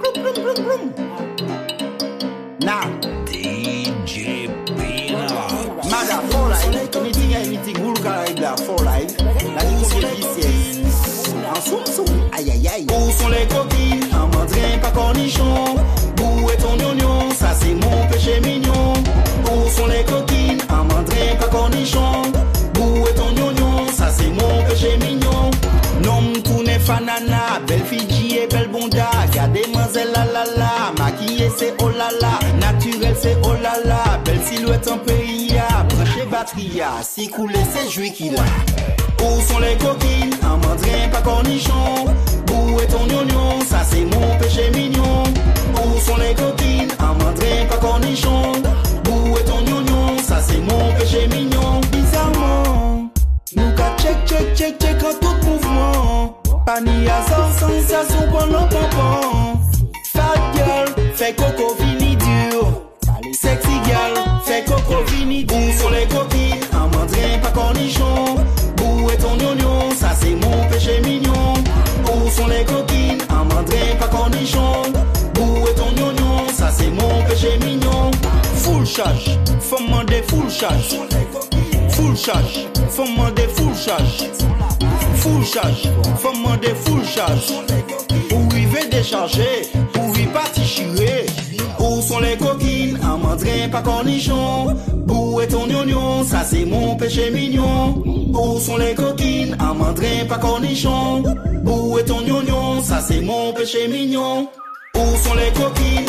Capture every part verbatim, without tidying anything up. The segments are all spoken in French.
blum, blum, blum. Now, D J Pina. Mada for life, anything, anything, who can for life. La vie qu'on vit, en soum soum, aïe aïe aïe. Où sont les coquilles, un mandrin pas cornichon. Où est ton oignon, ça c'est mon péché mignon. Où sont les coquilles, un mandrin pas cornichon. Où est ton oignon, ça c'est mon péché mignon. Nom tout n'est fanana, belle Fidji et belle bonda. Gardez mademoiselle la la la, maquillée c'est oh la la, naturel c'est oh la la. Belle silhouette en pays, branché batterie, si coulé c'est joué qui l'a. Où sont les coquilles, un mandrin pas cornichon. Où est ton oignon, ça c'est mon péché mignon. Où sont les coquilles, un mandrin pas cornichon. Où est ton oignon, ça c'est mon péché mignon. Bizarrement, nous qu'a check check check check en tout mouvement. Pas ni hasard, sensation pendant pompon. Fat girl, fait coco vini dur. Sexy girl, fait coco vini dur. Où sont les coquilles, un mandrin pas cornichon. Où est ton oignon, ça c'est mon péché mignon. Où sont les coquilles, un mandrin pas cornichon. Où est ton oignon, ça c'est mon péché mignon. Full charge, faut demander full charge. Full charge, faut demander full charge. Full charge, faut demander full charge. Où il veut décharger, où il parti chier. Où sont les coquilles, un mandrin pas cornichon. Où est ton oignon, ça c'est mon péché mignon. Où sont les coquilles, un mandrin pas cornichon. Où est ton oignon, ça c'est mon péché mignon. Où sont les coquilles?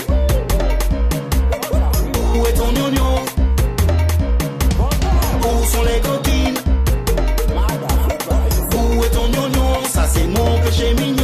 Où est ton oignon? Où sont les coquilles? Où est ton oignon, ça c'est mon péché mignon.